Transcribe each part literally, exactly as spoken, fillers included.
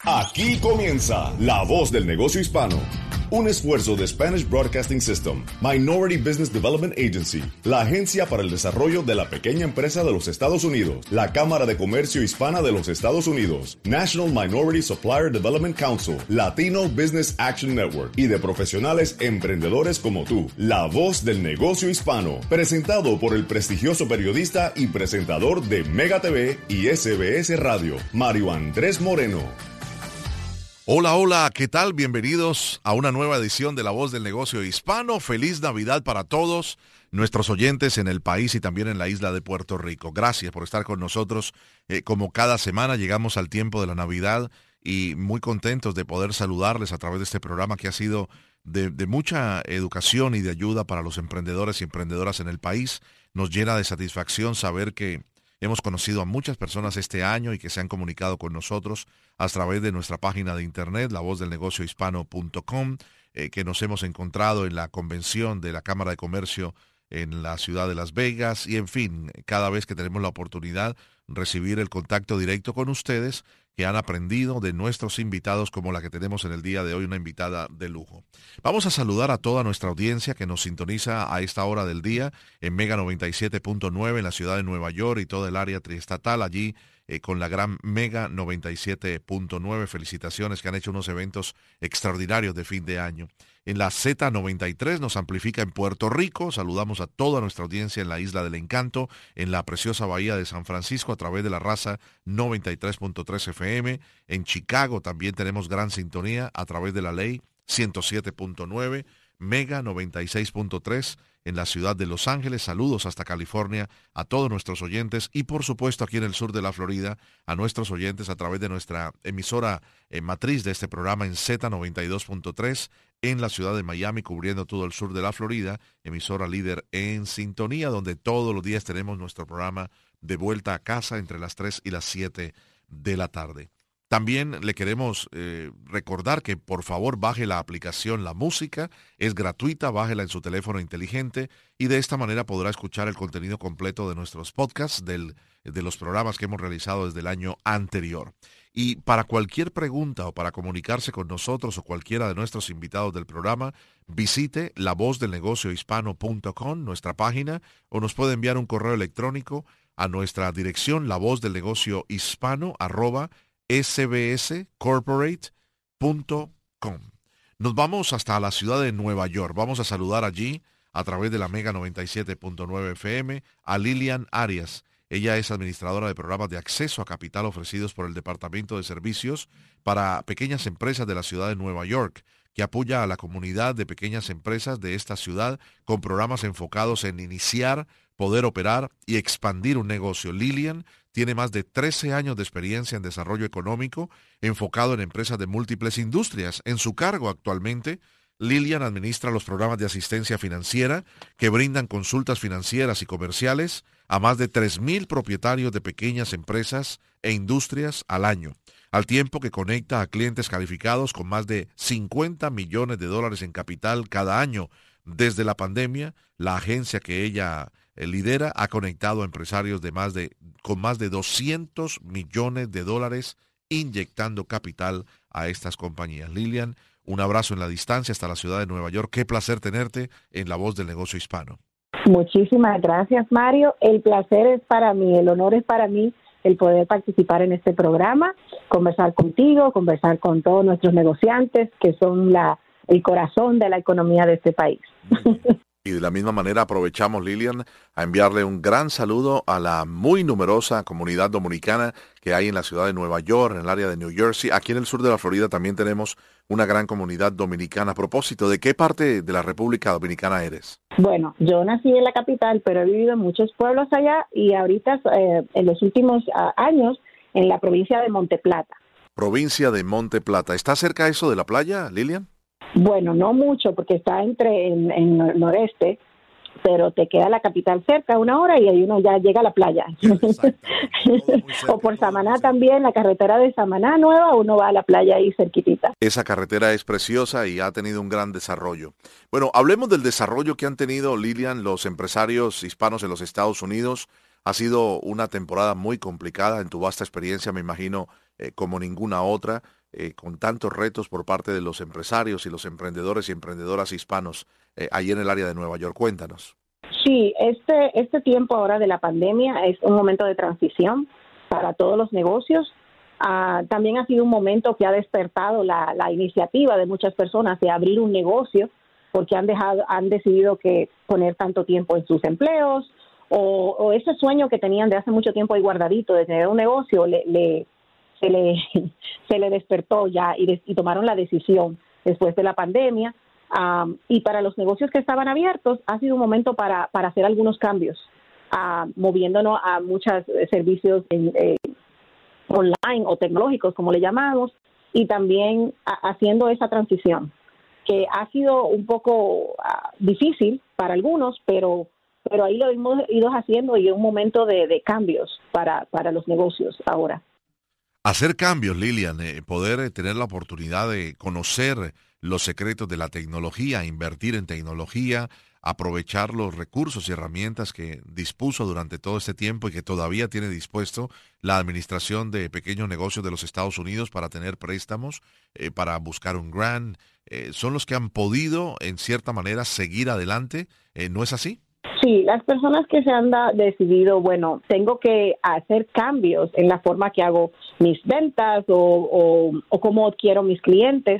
Aquí comienza La Voz del Negocio Hispano, un esfuerzo de Spanish Broadcasting System, Minority Business Development Agency, la agencia para el desarrollo de la pequeña empresa de los Estados Unidos, la Cámara de Comercio Hispana de los Estados Unidos, National Minority Supplier Development Council, Latino Business Action Network y de profesionales emprendedores como tú. La Voz del Negocio Hispano, presentado por el prestigioso periodista y presentador de Mega T V y S B S Radio, Mario Andrés Moreno. Hola, hola, ¿qué tal? Bienvenidos a una nueva edición de La Voz del Negocio Hispano. Feliz Navidad para todos nuestros oyentes en el país y también en la isla de Puerto Rico. Gracias por estar con nosotros. Eh, como cada semana llegamos al tiempo de la Navidad y muy contentos de poder saludarles a través de este programa que ha sido de, de mucha educación y de ayuda para los emprendedores y emprendedoras en el país. Nos llena de satisfacción saber que hemos conocido a muchas personas este año y que se han comunicado con nosotros a través de nuestra página de internet, la voz del negocio hispano punto com, eh, que nos hemos encontrado en la convención de la Cámara de Comercio en la ciudad de Las Vegas y, en fin, cada vez que tenemos la oportunidad recibir el contacto directo con ustedes que han aprendido de nuestros invitados como la que tenemos en el día de hoy, una invitada de lujo. Vamos a saludar a toda nuestra audiencia que nos sintoniza a esta hora del día en Mega noventa y siete punto nueve en la ciudad de Nueva York y toda el área triestatal allí eh, con la gran Mega noventa y siete punto nueve. Felicitaciones, que han hecho unos eventos extraordinarios de fin de año. En la Z noventa y tres nos amplifica en Puerto Rico. Saludamos a toda nuestra audiencia en la Isla del Encanto, en la preciosa bahía de San Francisco a través de la raza noventa y tres punto tres F M. En Chicago también tenemos gran sintonía a través de la ley ciento siete punto nueve. Mega noventa y seis punto tres en la ciudad de Los Ángeles. Saludos hasta California a todos nuestros oyentes y por supuesto aquí en el sur de la Florida a nuestros oyentes a través de nuestra emisora eh, matriz de este programa en Z noventa y dos punto tres en la ciudad de Miami, cubriendo todo el sur de la Florida, emisora líder en sintonía, donde todos los días tenemos nuestro programa de vuelta a casa entre las tres y las siete de la tarde. También le queremos eh, recordar que por favor baje la aplicación La Música, es gratuita, bájela en su teléfono inteligente y de esta manera podrá escuchar el contenido completo de nuestros podcasts, del, de los programas que hemos realizado desde el año anterior. Y para cualquier pregunta o para comunicarse con nosotros o cualquiera de nuestros invitados del programa, visite la voz del negocio hispano punto com, nuestra página, o nos puede enviar un correo electrónico a nuestra dirección la voz del negocio hispano arroba s b s corporate punto com. Nos vamos hasta la ciudad de Nueva York. Vamos a saludar allí a través de la Mega noventa y siete punto nueve F M a Lilian Arias. Ella es administradora de programas de acceso a capital ofrecidos por el Departamento de Servicios para Pequeñas Empresas de la ciudad de Nueva York, que apoya a la comunidad de pequeñas empresas de esta ciudad con programas enfocados en iniciar, poder operar y expandir un negocio. Lilian tiene más de trece años de experiencia en desarrollo económico enfocado en empresas de múltiples industrias. En su cargo actualmente, Lilian administra los programas de asistencia financiera que brindan consultas financieras y comerciales a más de tres mil propietarios de pequeñas empresas e industrias al año, al tiempo que conecta a clientes calificados con más de cincuenta millones de dólares en capital cada año. Desde la pandemia, la agencia que ella eh, lidera ha conectado a empresarios de más de, con más de doscientos millones de dólares inyectando capital a estas compañías. Lilian, un abrazo en la distancia hasta la ciudad de Nueva York. Qué placer tenerte en La Voz del Negocio Hispano. Muchísimas gracias, Mario. El placer es para mí, el honor es para mí el poder participar en este programa, conversar contigo, conversar con todos nuestros negociantes que son la el corazón de la economía de este país. Y de la misma manera aprovechamos, Lilian, a enviarle un gran saludo a la muy numerosa comunidad dominicana que hay en la ciudad de Nueva York, en el área de New Jersey. Aquí en el sur de la Florida también tenemos una gran comunidad dominicana. A propósito, ¿de qué parte de la República Dominicana eres? Bueno, yo nací en la capital, pero he vivido en muchos pueblos allá y ahorita, eh, en los últimos uh, años, en la provincia de Monte Plata. Provincia de Monte Plata. ¿Está cerca eso de la playa, Lilian? Bueno, no mucho, porque está entre en, en el noreste, pero te queda la capital cerca, una hora, y ahí uno ya llega a la playa. O por Samaná también, la carretera de Samaná nueva, uno va a la playa ahí cerquitita. Esa carretera es preciosa y ha tenido un gran desarrollo. Bueno, hablemos del desarrollo que han tenido, Lilian, los empresarios hispanos en los Estados Unidos. Ha sido una temporada muy complicada en tu vasta experiencia, me imagino, eh, como ninguna otra, eh, con tantos retos por parte de los empresarios y los emprendedores y emprendedoras hispanos eh, allí en el área de Nueva York. Cuéntanos. Sí, este, este tiempo ahora de la pandemia es un momento de transición para todos los negocios. Uh, también ha sido un momento que ha despertado la, la iniciativa de muchas personas de abrir un negocio porque han dejado, han decidido que poner tanto tiempo en sus empleos o, o ese sueño que tenían de hace mucho tiempo ahí guardadito de tener un negocio le, le, se, le, se le despertó ya y, de, y tomaron la decisión después de la pandemia. Um, y para los negocios que estaban abiertos ha sido un momento para, para hacer algunos cambios, uh, moviéndonos a muchos servicios en, eh, online o tecnológicos, como le llamamos, y también a, haciendo esa transición, que ha sido un poco uh, difícil para algunos, pero pero ahí lo hemos ido haciendo y es un momento de, de cambios para, para los negocios ahora. Hacer cambios, Lilian, eh, poder eh, tener la oportunidad de conocer los secretos de la tecnología, invertir en tecnología, aprovechar los recursos y herramientas que dispuso durante todo este tiempo y que todavía tiene dispuesto la Administración de Pequeños Negocios de los Estados Unidos para tener préstamos, eh, para buscar un grant, eh, son los que han podido, en cierta manera, seguir adelante, eh, ¿no es así? Sí, las personas que se han da, decidido, bueno, tengo que hacer cambios en la forma que hago mis ventas o, o, o cómo adquiero mis clientes,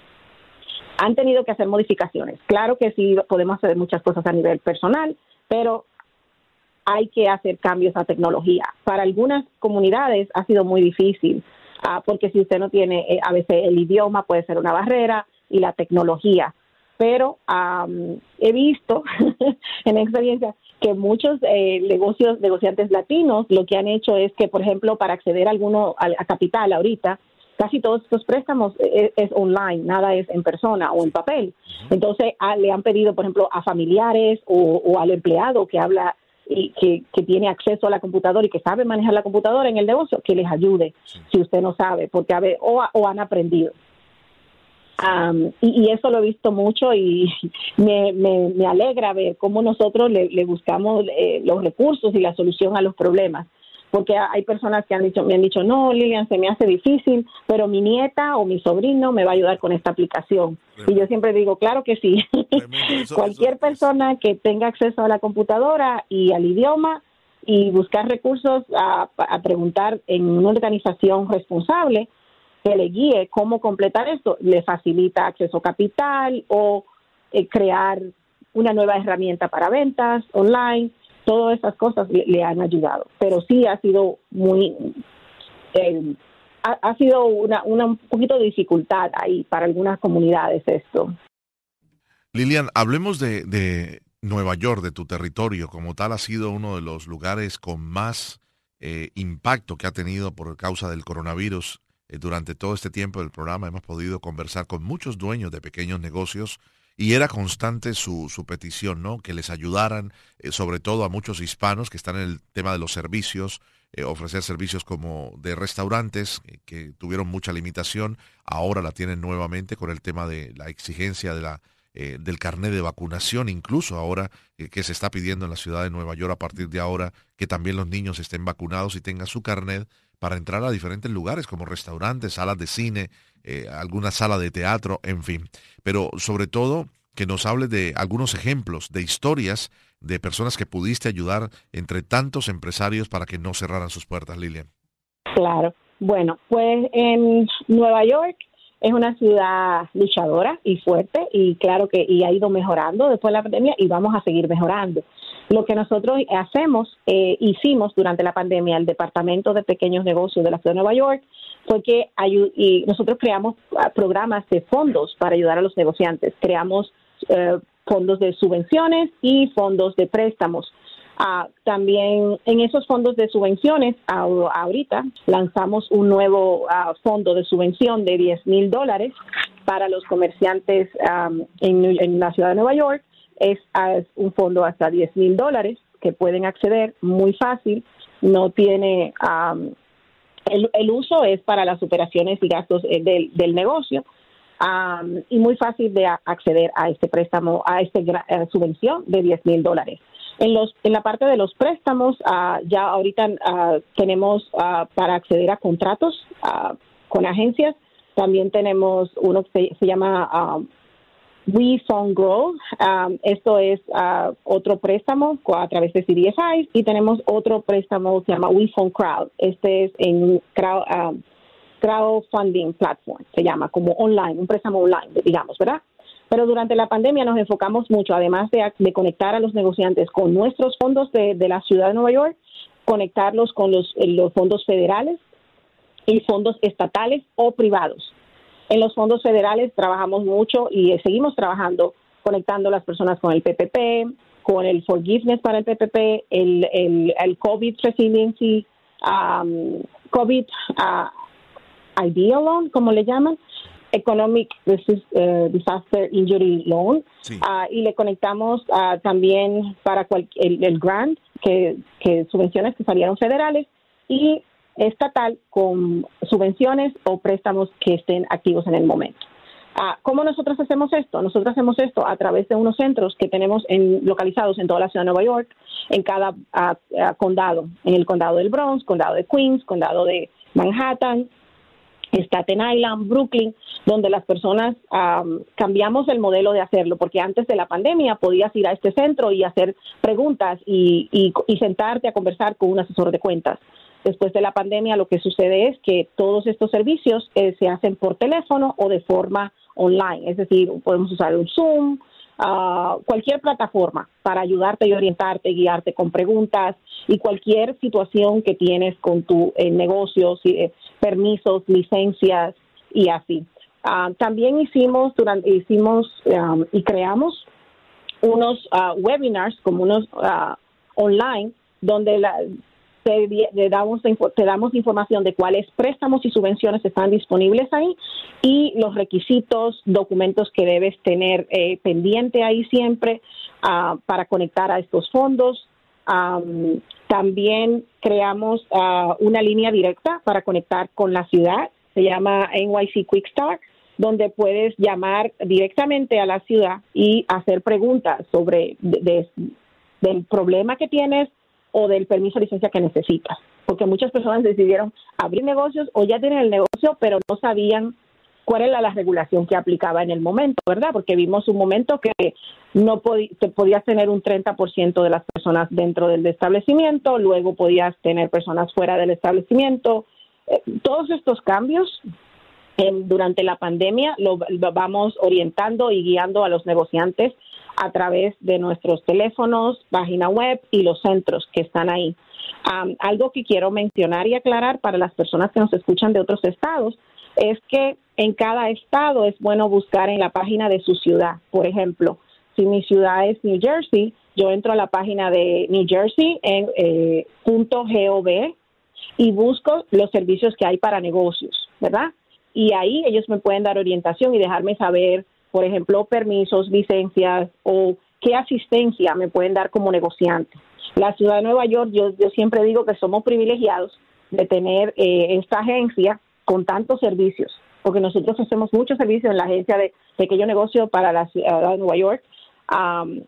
han tenido que hacer modificaciones. Claro que sí, podemos hacer muchas cosas a nivel personal, pero hay que hacer cambios a tecnología. Para algunas comunidades ha sido muy difícil, uh, porque si usted no tiene, eh, a veces el idioma puede ser una barrera y la tecnología. Pero um, he visto en experiencia que muchos eh, negocios, negociantes latinos lo que han hecho es que, por ejemplo, para acceder a alguno a, a capital ahorita, casi todos estos préstamos es, es online, nada es en persona o en papel. Entonces a, le han pedido, por ejemplo, a familiares o, o al empleado que habla y que, que tiene acceso a la computadora y que sabe manejar la computadora en el negocio, que les ayude, sí, si usted no sabe, porque a ver, o, o han aprendido. Um, y, y eso lo he visto mucho y me, me, me alegra ver cómo nosotros le, le buscamos eh, los recursos y la solución a los problemas, porque hay personas que han dicho, me han dicho, no, Lilian, se me hace difícil, pero mi nieta o mi sobrino me va a ayudar con esta aplicación. Tremendo. Y yo siempre digo, claro que sí. Eso, cualquier eso, persona eso. que tenga acceso a la computadora y al idioma y buscar recursos a, a preguntar en una organización responsable que le guíe cómo completar esto, le facilita acceso a capital o eh, crear una nueva herramienta para ventas online. Todas esas cosas le, le han ayudado, pero sí ha sido muy, eh, ha, ha sido una, una un poquito de dificultad ahí para algunas comunidades esto. Lilian, hablemos de, de Nueva York, de tu territorio, como tal ha sido uno de los lugares con más eh, impacto que ha tenido por causa del coronavirus. Eh, durante todo este tiempo del programa hemos podido conversar con muchos dueños de pequeños negocios y era constante su, su petición, ¿no? Que les ayudaran, eh, sobre todo a muchos hispanos que están en el tema de los servicios, eh, ofrecer servicios como de restaurantes, eh, que tuvieron mucha limitación, ahora la tienen nuevamente con el tema de la exigencia de la, eh, del carnet de vacunación, incluso ahora eh, que se está pidiendo en la ciudad de Nueva York a partir de ahora que también los niños estén vacunados y tengan su carnet para entrar a diferentes lugares como restaurantes, salas de cine, eh, alguna sala de teatro, en fin. Pero sobre todo que nos hables de algunos ejemplos, de historias de personas que pudiste ayudar entre tantos empresarios para que no cerraran sus puertas, Lilian. Claro. Bueno, pues en Nueva York es una ciudad luchadora y fuerte y claro que y ha ido mejorando después de la pandemia y vamos a seguir mejorando. Lo que nosotros hacemos, eh, hicimos durante la pandemia, el Departamento de Pequeños Negocios de la Ciudad de Nueva York, fue que ayu- y nosotros creamos uh, programas de fondos para ayudar a los negociantes. Creamos uh, fondos de subvenciones y fondos de préstamos. Uh, también en esos fondos de subvenciones, uh, ahorita lanzamos un nuevo uh, fondo de subvención de diez mil dólares para los comerciantes um, en, en la Ciudad de Nueva York. Es, es un fondo hasta diez mil dólares que pueden acceder muy fácil. No tiene, um, el, el uso es para las operaciones y gastos del, del negocio, um, y muy fácil de a- acceder a este préstamo, a esta uh, subvención de diez mil dólares. En, los, en la parte de los préstamos, uh, ya ahorita uh, tenemos uh, para acceder a contratos uh, con agencias, también tenemos uno que se, se llama uh, We Phone Grow. Um, esto es uh, otro préstamo a través de C D F Is, y tenemos otro préstamo que se llama We Phone Crowd. Este es en crowd, um, crowdfunding platform, se llama como online, un préstamo online, digamos, ¿verdad? Pero durante la pandemia nos enfocamos mucho, además de, de conectar a los negociantes con nuestros fondos de, de la ciudad de Nueva York, conectarlos con los, los fondos federales y fondos estatales o privados. En los fondos federales trabajamos mucho y eh, seguimos trabajando, conectando a las personas con el P P P, con el Forgiveness para el P P P, el, el, el COVID Resiliency, um, COVID uh, Idea Loan, como le llaman, Economic Disaster Injury Loan, sí. uh, y le conectamos uh, también para cual, el, el grant, que, que subvenciones que salieron federales, y estatal con subvenciones o préstamos que estén activos en el momento. Uh, ¿Cómo nosotros hacemos esto? Nosotros hacemos esto a través de unos centros que tenemos en, localizados en toda la ciudad de Nueva York, en cada uh, uh, condado, en el condado del Bronx, condado de Queens, condado de Manhattan, Staten Island, Brooklyn, donde las personas um, cambiamos el modelo de hacerlo, porque antes de la pandemia podías ir a este centro y hacer preguntas y, y, y sentarte a conversar con un asesor de cuentas. Después de la pandemia lo que sucede es que todos estos servicios eh, se hacen por teléfono o de forma online, es decir, podemos usar un Zoom, Uh, cualquier plataforma para ayudarte y orientarte, guiarte con preguntas y cualquier situación que tienes con tu eh, negocio, eh, permisos, licencias y así. Uh, también hicimos, durante, hicimos um, y creamos unos uh, webinars como unos uh, online donde la, te, te, damos, te damos información de cuáles préstamos y subvenciones están disponibles ahí y los requisitos, documentos que debes tener eh, pendiente ahí siempre uh, para conectar a estos fondos. Um, también creamos uh, una línea directa para conectar con la ciudad, se llama N Y C Quick Start, donde puedes llamar directamente a la ciudad y hacer preguntas sobre de, de, del problema que tienes o del permiso de licencia que necesitas, porque muchas personas decidieron abrir negocios o ya tienen el negocio, pero no sabían cuál era la regulación que aplicaba en el momento, ¿verdad? Porque vimos un momento que no podí, te podías tener un treinta por ciento de las personas dentro del establecimiento, luego podías tener personas fuera del establecimiento. Eh, todos estos cambios en, durante la pandemia lo, lo vamos orientando y guiando a los negociantes a través de nuestros teléfonos, página web y los centros que están ahí. Um, algo que quiero mencionar y aclarar para las personas que nos escuchan de otros estados es que en cada estado es bueno buscar en la página de su ciudad. Por ejemplo, si mi ciudad es New Jersey, yo entro a la página de New Jersey en eh, .gov y busco los servicios que hay para negocios, ¿verdad? Y ahí ellos me pueden dar orientación y dejarme saber, por ejemplo, permisos, licencias o qué asistencia me pueden dar como negociante. La ciudad de Nueva York, yo, yo siempre digo que somos privilegiados de tener eh, esta agencia con tantos servicios, porque nosotros hacemos muchos servicios en la agencia de pequeño negocio para la ciudad de Nueva York, um,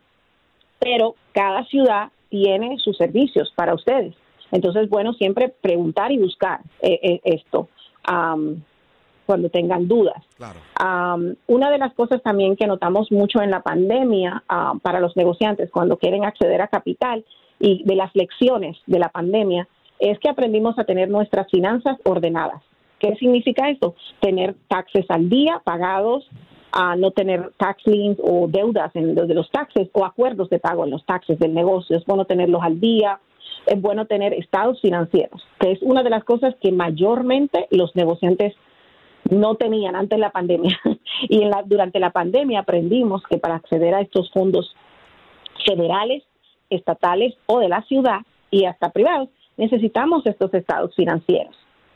pero cada ciudad tiene sus servicios para ustedes. Entonces, bueno, siempre preguntar y buscar eh, eh, esto. Um, cuando tengan dudas. Claro. Um, una de las cosas también que notamos mucho en la pandemia uh, para los negociantes cuando quieren acceder a capital y de las lecciones de la pandemia es que aprendimos a tener nuestras finanzas ordenadas. ¿Qué significa esto? Tener taxes al día pagados, uh, no tener tax liens o deudas en los de los taxes o acuerdos de pago en los taxes del negocio. Es bueno tenerlos al día. Es bueno tener estados financieros, que es una de las cosas que mayormente los negociantes no tenían antes de la pandemia. Y en la, durante la pandemia aprendimos que para acceder a estos fondos federales, estatales o de la ciudad y hasta privados, necesitamos estos estados financieros,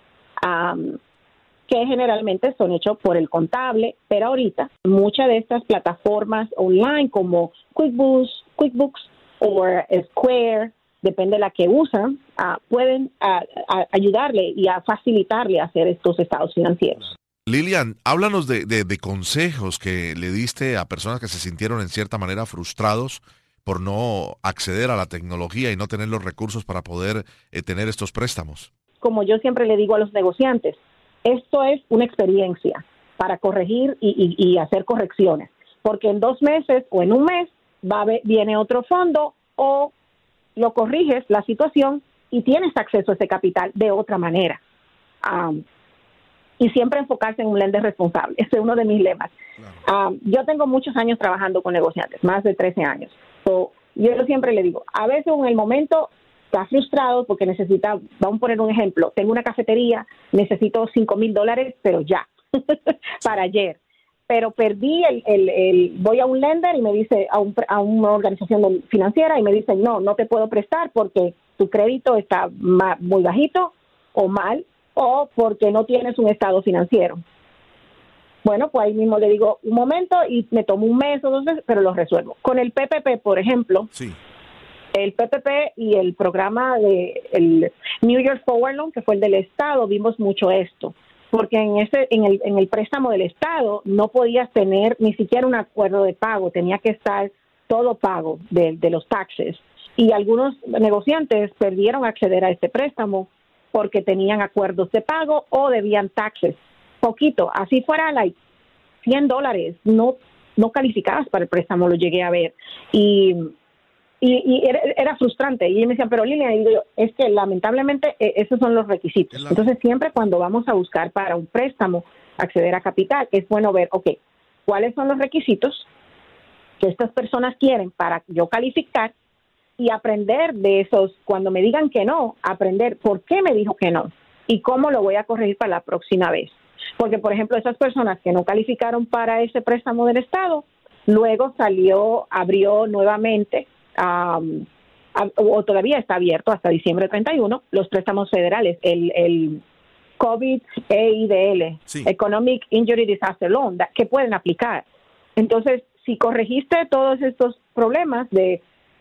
um, que generalmente son hechos por el contable, pero ahorita muchas de estas plataformas online como QuickBooks, QuickBooks o Square, depende de la que usan, uh, pueden uh, uh, ayudarle y a facilitarle a hacer estos estados financieros. Lilian, háblanos de, de, de consejos que le diste a personas que se sintieron en cierta manera frustrados por no acceder a la tecnología y no tener los recursos para poder eh, tener estos préstamos. Como yo siempre le digo a los negociantes, esto es una experiencia para corregir y, y, y hacer correcciones, porque en dos meses o en un mes va a ver, viene otro fondo o lo corriges la situación y tienes acceso a ese capital de otra manera. Um, y siempre enfocarse en un lender responsable. Ese es uno de mis lemas. Claro. Um, yo tengo muchos años trabajando con negociantes, más de trece años. So, yo siempre le digo, a veces en el momento está frustrado porque necesita, vamos a poner un ejemplo, tengo una cafetería, necesito cinco mil dólares, pero ya, para ayer. Pero perdí el, el, el, voy a un lender y me dice, a, un, a una organización financiera y me dicen, no, no te puedo prestar porque tu crédito está ma, muy bajito o mal, o porque no tienes un estado financiero. Bueno, pues ahí mismo le digo un momento y me tomo un mes o dos meses, pero lo resuelvo. Con el P P P, por ejemplo, sí. el P P P y el programa de el New York Forward Loan, que fue el del Estado, vimos mucho esto, porque en ese en el en el préstamo del Estado no podías tener ni siquiera un acuerdo de pago, tenía que estar todo pago de, de los taxes. Y algunos negociantes perdieron acceder a este préstamo porque tenían acuerdos de pago o debían taxes. Poquito, así fuera like cien dólares, no no calificabas para el préstamo, lo llegué a ver. Y, y, y era, era frustrante. Y ellos me decían, pero Lilian, y digo yo, es que lamentablemente eh, esos son los requisitos. La... Entonces siempre cuando vamos a buscar para un préstamo, acceder a capital, es bueno ver, ok, cuáles son los requisitos que estas personas quieren para yo calificar y aprender de esos, cuando me digan que no, aprender por qué me dijo que no y cómo lo voy a corregir para la próxima vez. Porque, por ejemplo, esas personas que no calificaron para ese préstamo del Estado, luego salió, abrió nuevamente, um, a, o todavía está abierto hasta diciembre treinta y uno, los préstamos federales, el, el COVID E I D L, sí. Economic Injury Disaster Loan, que pueden aplicar. Entonces, si corregiste todos estos problemas de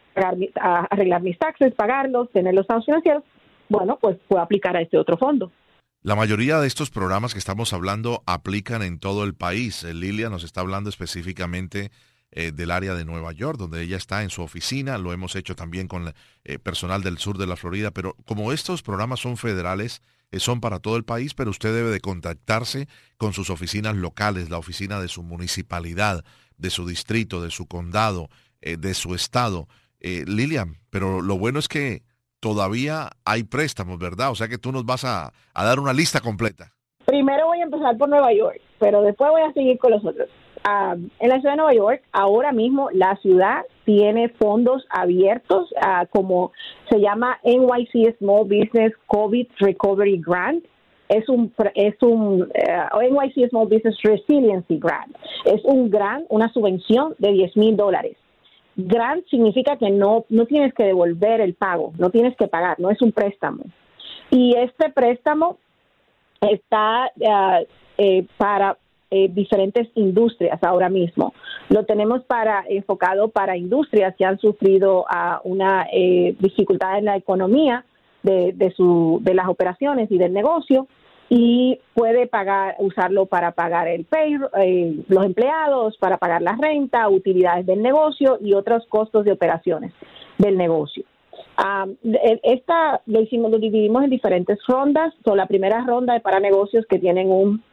arreglar mis taxes, pagarlos, tener los estados financieros, bueno, pues puedo aplicar a este otro fondo. La mayoría de estos programas que estamos hablando aplican en todo el país. Lilia nos está hablando específicamente eh, del área de Nueva York, donde ella está en su oficina. Lo hemos hecho también con eh, personal del sur de la Florida, pero como estos programas son federales, eh, son para todo el país, pero usted debe de contactarse con sus oficinas locales, la oficina de su municipalidad, de su distrito, de su condado, eh, de su estado. Eh, Lilian, pero lo bueno es que todavía hay préstamos, ¿verdad? O sea que tú nos vas a, a dar una lista completa. Primero voy a empezar por Nueva York, pero después voy a seguir con los otros. Uh, en la ciudad de Nueva York, ahora mismo la ciudad tiene fondos abiertos, uh, como se llama N Y C Small Business COVID Recovery Grant. Es un es un uh, N Y C Small Business Resiliency Grant. Es un grant, una subvención de diez mil dólares. Grant significa que no, no tienes que devolver el pago, no tienes que pagar, no es un préstamo. Y este préstamo está uh, eh, para eh, diferentes industrias ahora mismo. Lo tenemos para enfocado para industrias que han sufrido uh, una eh, dificultad en la economía de, de, su, de las operaciones y del negocio, y puede pagar, usarlo para pagar el pay, eh, los empleados, para pagar la renta, utilidades del negocio y otros costos de operaciones del negocio. Um, esta lo hicimos, lo dividimos en diferentes rondas. So, la primera ronda es para negocios que tienen un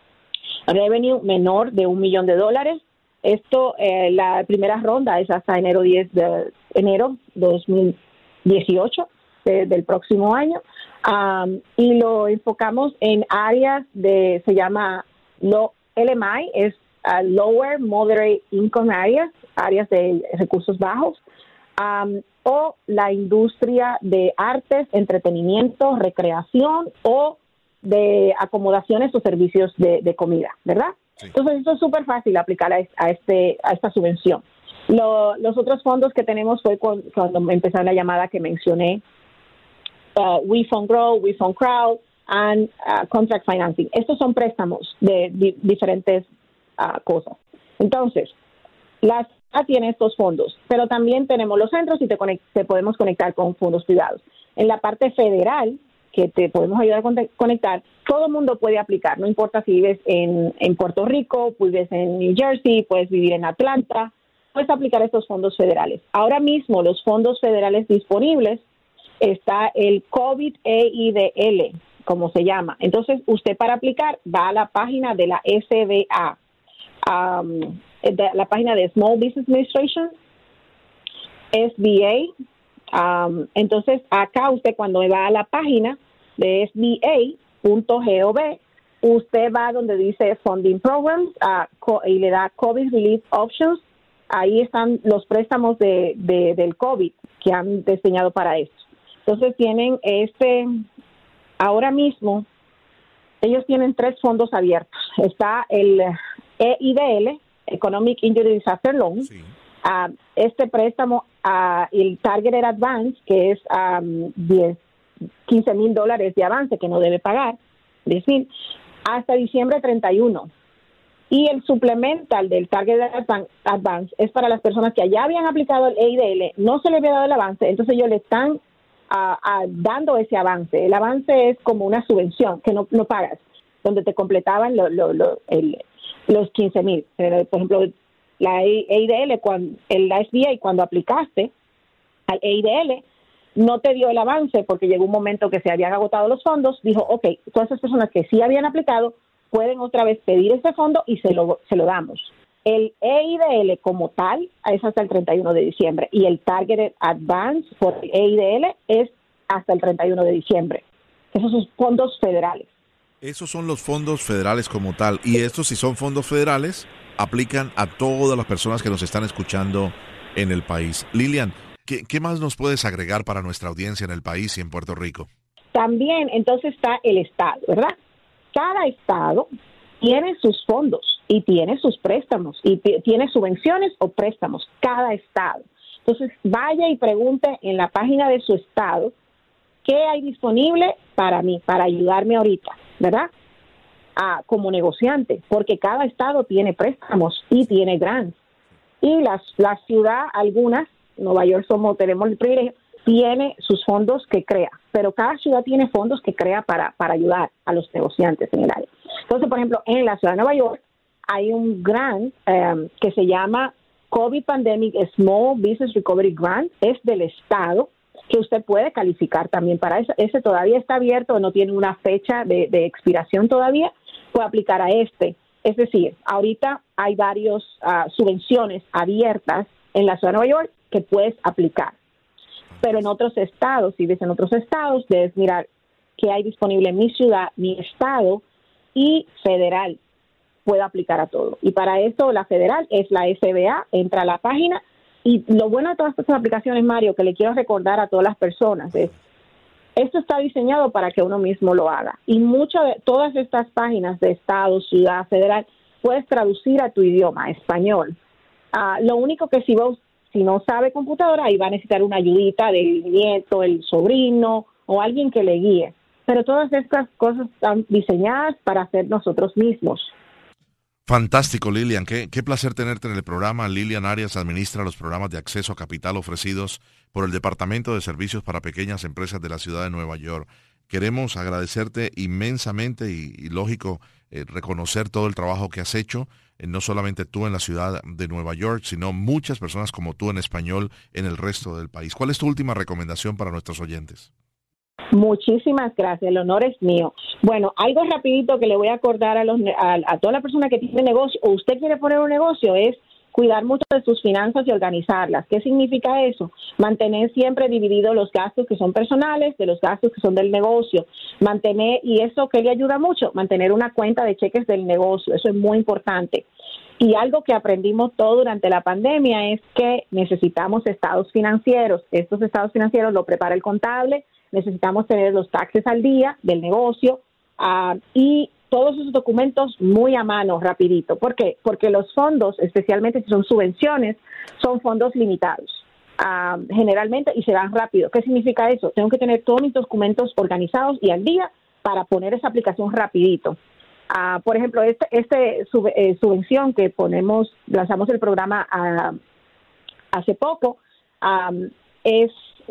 revenue menor de un millón de dólares. Esto, eh, la primera ronda es hasta enero diez de enero dos mil dieciocho de, del próximo año. Um, y lo enfocamos en áreas de, se llama lo, L M I, es uh, Lower Moderate Income Areas, áreas de recursos bajos, um, o la industria de artes, entretenimiento, recreación o de acomodaciones o servicios de, de comida, ¿verdad? Sí. Entonces, eso es súper fácil aplicar a, a, este, a esta subvención. Lo, los otros fondos que tenemos fue con, cuando empezó la llamada que mencioné, Uh, We Fund Grow, We Fund Crowd, and uh, Contract Financing. Estos son préstamos de di- diferentes uh, cosas. Entonces, la C A tiene estos fondos, pero también tenemos los centros y te, conect- te podemos conectar con fondos privados. En la parte federal que te podemos ayudar a conectar, todo el mundo puede aplicar, no importa si vives en, en Puerto Rico, vives en New Jersey, puedes vivir en Atlanta, puedes aplicar estos fondos federales. Ahora mismo los fondos federales disponibles está el COVID E I D L, como se llama. Entonces, usted para aplicar va a la página de la S B A, um, de la página de Small Business Administration, S B A. Um, entonces, acá usted cuando va a la página de S B A punto gov, usted va donde dice Funding Programs uh, y le da COVID Relief Options. Ahí están los préstamos de, de, del COVID que han diseñado para esto. Entonces, tienen este, ahora mismo, ellos tienen tres fondos abiertos. Está el E I D L, Economic Injury Disaster Loan. Sí. Uh, este préstamo, uh, el Targeted Advance, que es um, diez, quince mil dólares de avance que no debe pagar, diez mil, hasta diciembre treinta y uno. Y el Supplemental del Targeted Advance es para las personas que ya habían aplicado el E I D L, no se les había dado el avance, entonces ellos le están uh, uh, dando ese avance. El avance es como una subvención que no, no pagas, donde te completaban lo, lo, lo, el, los quince mil. Por ejemplo, la E I D L, cuando, el S B A, cuando aplicaste al E I D L, no te dio el avance porque llegó un momento que se habían agotado los fondos. Dijo, ok, todas esas personas que sí habían aplicado pueden otra vez pedir ese fondo y se lo, se lo damos. El E I D L como tal es hasta el treinta y uno de diciembre y el Targeted Advance por el E I D L es hasta el treinta y uno de diciembre. Esos son fondos federales. Esos son los fondos federales como tal. Y estos, si son fondos federales, aplican a todas las personas que nos están escuchando en el país. Lilian, ¿qué, qué más nos puedes agregar para nuestra audiencia en el país y en Puerto Rico? También, entonces, está el estado, ¿verdad? Cada estado tiene sus fondos y tiene sus préstamos y t- tiene subvenciones o préstamos, cada estado. Entonces, vaya y pregunte en la página de su estado qué hay disponible para mí, para ayudarme ahorita, ¿verdad? Ah, como negociante, porque cada estado tiene préstamos y tiene grants. Y las, la ciudad, algunas, Nueva York somos, tenemos el privilegio, tiene sus fondos que crea, pero cada ciudad tiene fondos que crea para, para ayudar a los negociantes en el área. Entonces, por ejemplo, en la ciudad de Nueva York hay un grant um, que se llama COVID Pandemic Small Business Recovery Grant, es del estado, que usted puede calificar también para eso. Ese todavía está abierto, no tiene una fecha de, de expiración todavía, puede aplicar a este. Es decir, ahorita hay varias uh, subvenciones abiertas en la ciudad de Nueva York que puedes aplicar. Pero en otros estados, si ves en otros estados, debes mirar qué hay disponible en mi ciudad, mi estado y federal. Puedo aplicar a todo. Y para esto la federal es la S B A, entra a la página. Y lo bueno de todas estas aplicaciones, Mario, que le quiero recordar a todas las personas es, esto está diseñado para que uno mismo lo haga. Y muchas de todas estas páginas de estado, ciudad, federal, puedes traducir a tu idioma, español. Uh, lo único que si vos Si no sabe computadora, ahí va a necesitar una ayudita del nieto, el sobrino o alguien que le guíe. Pero todas estas cosas están diseñadas para hacer nosotros mismos. Fantástico, Lilian. Qué, qué placer tenerte en el programa. Lilian Arias administra los programas de acceso a capital ofrecidos por el Departamento de Servicios para Pequeñas Empresas de la Ciudad de Nueva York. Queremos agradecerte inmensamente y, y lógico, eh, reconocer todo el trabajo que has hecho, eh, no solamente tú en la ciudad de Nueva York, sino muchas personas como tú en español en el resto del país. ¿Cuál es tu última recomendación para nuestros oyentes? Muchísimas gracias, el honor es mío. Bueno, algo rapidito que le voy a acordar a, los, a, a toda la persona que tiene negocio o usted quiere poner un negocio es cuidar mucho de sus finanzas y organizarlas. ¿Qué significa eso? Mantener siempre divididos los gastos que son personales de los gastos que son del negocio. Mantener, y eso que le ayuda mucho, mantener una cuenta de cheques del negocio. Eso es muy importante. Y algo que aprendimos todo durante la pandemia es que necesitamos estados financieros. Estos estados financieros los prepara el contable. Necesitamos tener los taxes al día del negocio uh, y todos esos documentos muy a mano, rapidito. ¿Por qué? Porque los fondos, especialmente si son subvenciones, son fondos limitados, uh, generalmente, y se dan rápido. ¿Qué significa eso? Tengo que tener todos mis documentos organizados y al día para poner esa aplicación rapidito. Uh, por ejemplo, este, este sub, eh, subvención que ponemos, lanzamos el programa uh, hace poco, um, es...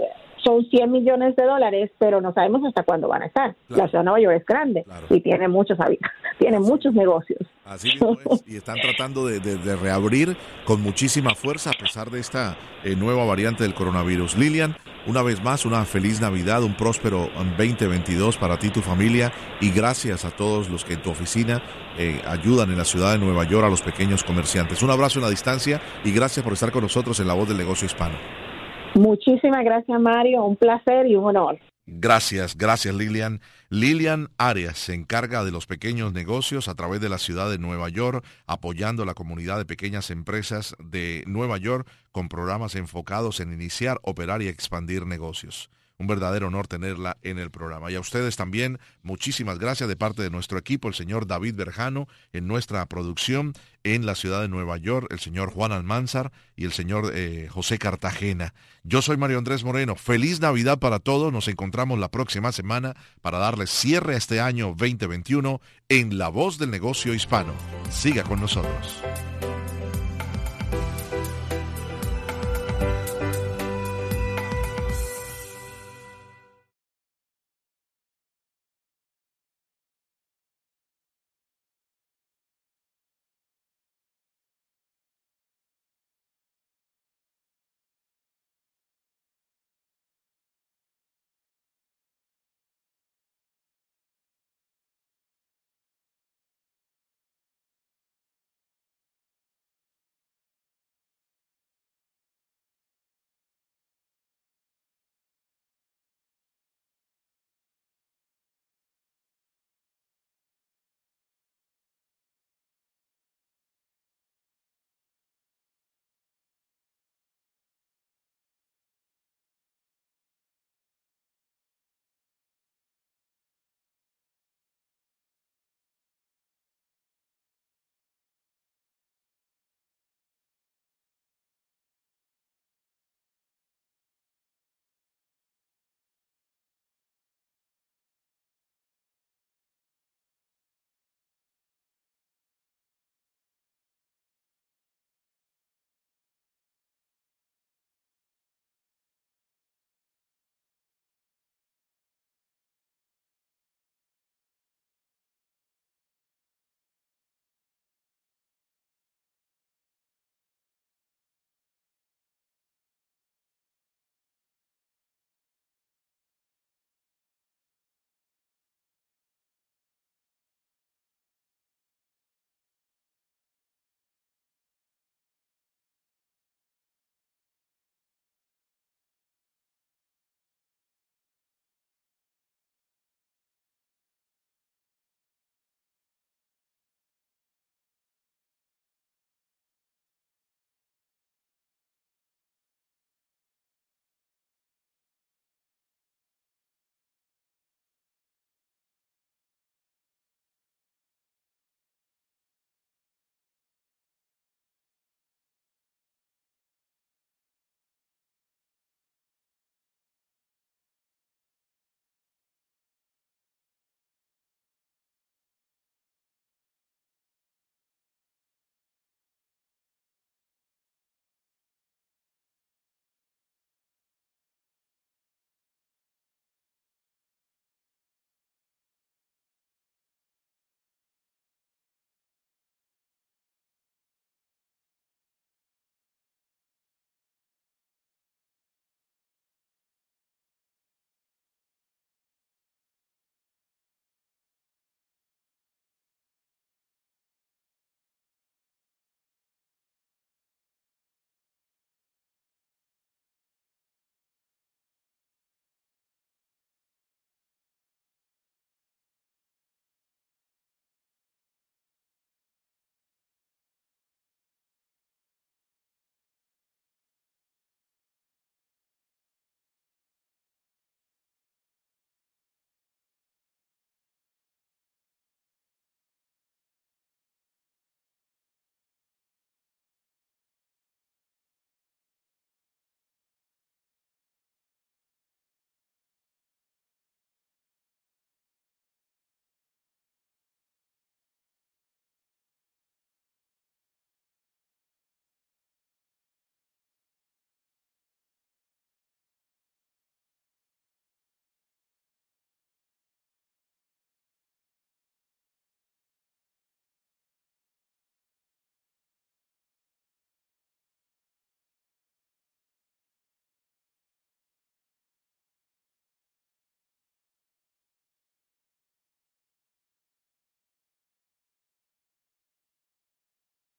son cien millones de dólares, pero no sabemos hasta cuándo van a estar. Claro. La ciudad de Nueva York es grande, claro, y tiene muchos tiene muchos negocios. Así mismo es, y están tratando de, de, de reabrir con muchísima fuerza a pesar de esta eh, nueva variante del coronavirus. Lilian, una vez más, una feliz Navidad, un próspero veinte veintidós para ti y tu familia, y gracias a todos los que en tu oficina eh, ayudan en la ciudad de Nueva York a los pequeños comerciantes. Un abrazo en la distancia y gracias por estar con nosotros en La Voz del Negocio Hispano. Muchísimas gracias, Mario, un placer y un honor. Gracias, gracias Lilian. Lilian Arias se encarga de los pequeños negocios a través de la ciudad de Nueva York, apoyando a la comunidad de pequeñas empresas de Nueva York con programas enfocados en iniciar, operar y expandir negocios. Un verdadero honor tenerla en el programa. Y a ustedes también, muchísimas gracias de parte de nuestro equipo, el señor David Berjano en nuestra producción en la ciudad de Nueva York, el señor Juan Almanzar y el señor eh, José Cartagena. Yo soy Mario Andrés Moreno. Feliz Navidad para todos. Nos encontramos la próxima semana para darle cierre a este año veinte veintiuno en La Voz del Negocio Hispano. Siga con nosotros.